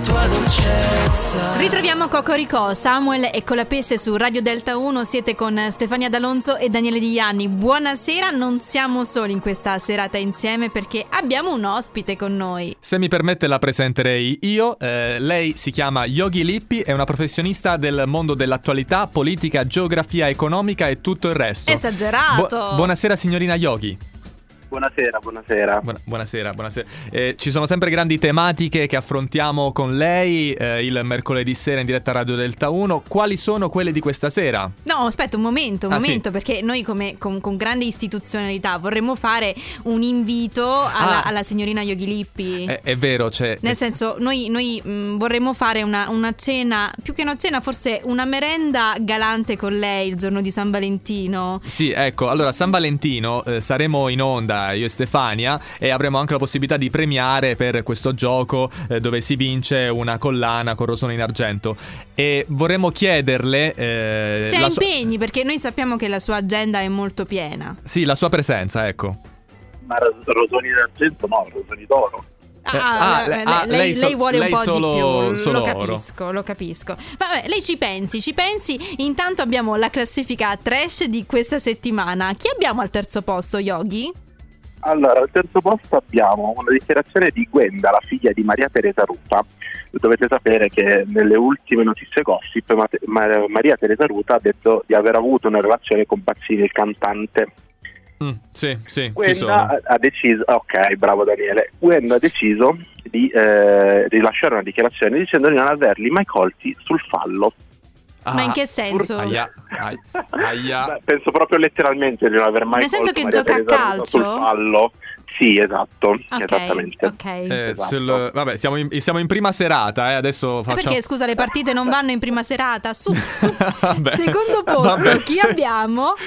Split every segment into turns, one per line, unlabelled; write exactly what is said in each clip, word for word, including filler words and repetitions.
tua dolcezza.
Ritroviamo Cocorico, Samuel e Colapesce su Radio Delta uno. Siete con Stefania D'Alonso e Daniele Di Gianni. Buonasera, non siamo soli in questa serata insieme perché abbiamo un ospite con noi.
Se mi permette la presenterei io. Eh, lei si chiama Yogi Lippi, è una professionista del mondo dell'attualità, politica, geografia economica e tutto il resto.
Esagerato.
Bu- buonasera signorina Yogi.
Buonasera, buonasera.
Buona- buonasera, buonasera. Eh, ci sono sempre grandi tematiche che affrontiamo con lei eh, il mercoledì sera in diretta Radio Delta uno. Quali sono quelle di questa sera?
No, aspetta un momento, un
Ah,
momento,
sì.
perché noi come, con, con grande istituzionalità vorremmo fare un invito alla,
Ah.
alla signorina Yogi Lippi.
È, è vero, c'è...
Nel senso, noi, noi mh, vorremmo fare una, una cena, più che una cena, forse una merenda galante con lei il giorno di San Valentino.
Sì, ecco, allora San Valentino eh, saremo in onda io e Stefania e avremo anche la possibilità di premiare per questo gioco eh, dove si vince una collana con rosone in argento e vorremmo chiederle eh,
Se ha
la sua-
impegni, perché noi sappiamo che la sua agenda è molto piena.
sì, la sua presenza, ecco.
Ma ros- rosoni d'argento no, rosoni d'oro.
Eh,
Ah,
ah,
le-
le- ah,
lei,
lei so-
lei vuole
lei
un po'
solo-
di più.
solo
Lo
oro.
capisco, lo capisco. Vabbè, lei ci pensi, ci pensi. Intanto abbiamo la classifica trash di questa settimana. Chi abbiamo al terzo posto, Yogi?
Allora, al terzo posto abbiamo una dichiarazione di Gwenda, la figlia di Maria Teresa Ruta. Dovete sapere che nelle ultime notizie gossip Mate- Ma- Maria Teresa Ruta ha detto di aver avuto una relazione con Bazzini, il cantante.
Mm, sì, sì, ci
Gwenda
sono.
ha, ha deciso, ok, bravo Daniele. Gwenda ha deciso di eh, rilasciare una dichiarazione dicendo di non averli mai colti sul fallo.
Ma in
Ah,
che senso?
Aia, aia, aia.
Beh, penso proprio letteralmente di non aver mai
Nel senso
colto
che
Maria
gioca a
Teresa Ruta
calcio?
sul fallo. Sì, esatto,
Ok,
esattamente.
ok.
Eh,
Esatto.
sul- vabbè, siamo in, siamo in prima serata, eh, adesso
Eh,
facciamo...
perché scusa, le partite non vanno in prima serata? Su, su.
Vabbè.
Secondo posto,
Vabbè,
chi
sì.
abbiamo?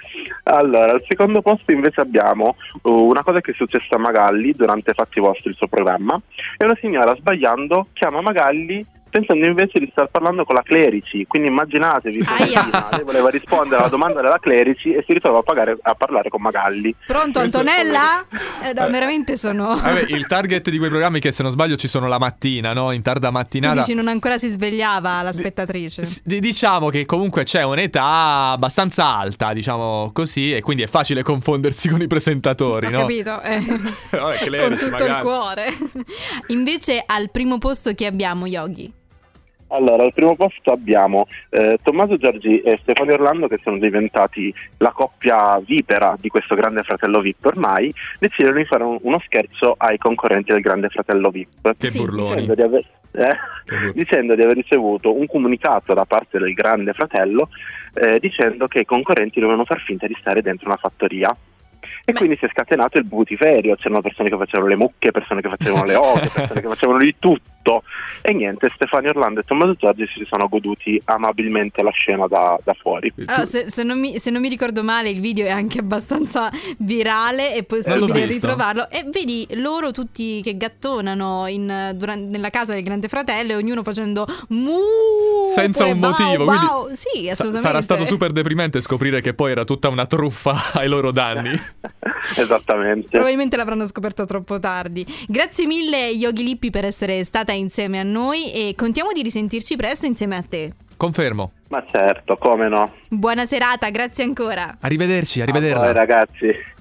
Allora, al secondo posto invece abbiamo uh, una cosa che è successa a Magalli durante Fatti Vostri, il suo programma, e una signora sbagliando chiama Magalli pensando invece di star parlando con la Clerici, quindi immaginatevi
Aia.
lei voleva rispondere alla domanda della Clerici e si ritrova a, pagare, a parlare con Magalli.
Pronto,
Questo-
Antonella? Eh, no, veramente sono...
Vabbè, il target di quei programmi che se non sbaglio ci sono la mattina, no? In tarda
Tu
mattinata.
dici non ancora si svegliava la spettatrice.
S- Diciamo che comunque c'è un'età abbastanza alta, diciamo così, e quindi è facile confondersi con i presentatori,
Ho
no?
capito, eh.
Vabbè,
Con
Clerici,
tutto il
magari.
cuore. Invece al primo posto chi abbiamo, Yogi?
Allora, al primo posto abbiamo eh, Tommaso Giorgi e Stefano Orlando, che sono diventati la coppia vipera di questo Grande Fratello V I P ormai, decidono di fare un- uno scherzo ai concorrenti del Grande Fratello V I P.
Che
Sì.
burloni.
Dicendo di, aver, eh,
Che bur-
dicendo di aver ricevuto un comunicato da parte del Grande Fratello eh, dicendo che i concorrenti dovevano far finta di stare dentro una fattoria. E
Beh.
quindi si è scatenato il putiferio, c'erano persone che facevano le mucche, persone che facevano le oche, persone che facevano di tutto. E niente, Stefano Orlando e Tommaso Giorgi si sono goduti amabilmente la scena da, da fuori.
Allora, se, se, non mi, se non mi ricordo male, il video è anche abbastanza virale, è
l'ho
possibile
visto.
ritrovarlo. E vedi loro tutti che gattonano in, duran- nella casa del Grande Fratello e ognuno facendo mu
Senza
poi
un
wow,
motivo,
wow.
quindi
Sì,
sa-
assolutamente.
sarà stato super deprimente scoprire che poi era tutta una truffa ai loro danni.
Esattamente.
Probabilmente l'avranno scoperto troppo tardi. Grazie mille Yogi Lippi per essere stata insieme a noi e contiamo di risentirci presto insieme a te.
Confermo.
Ma certo, come no.
Buona serata, grazie ancora.
Arrivederci,
A voi,
arrivederla.
ragazzi.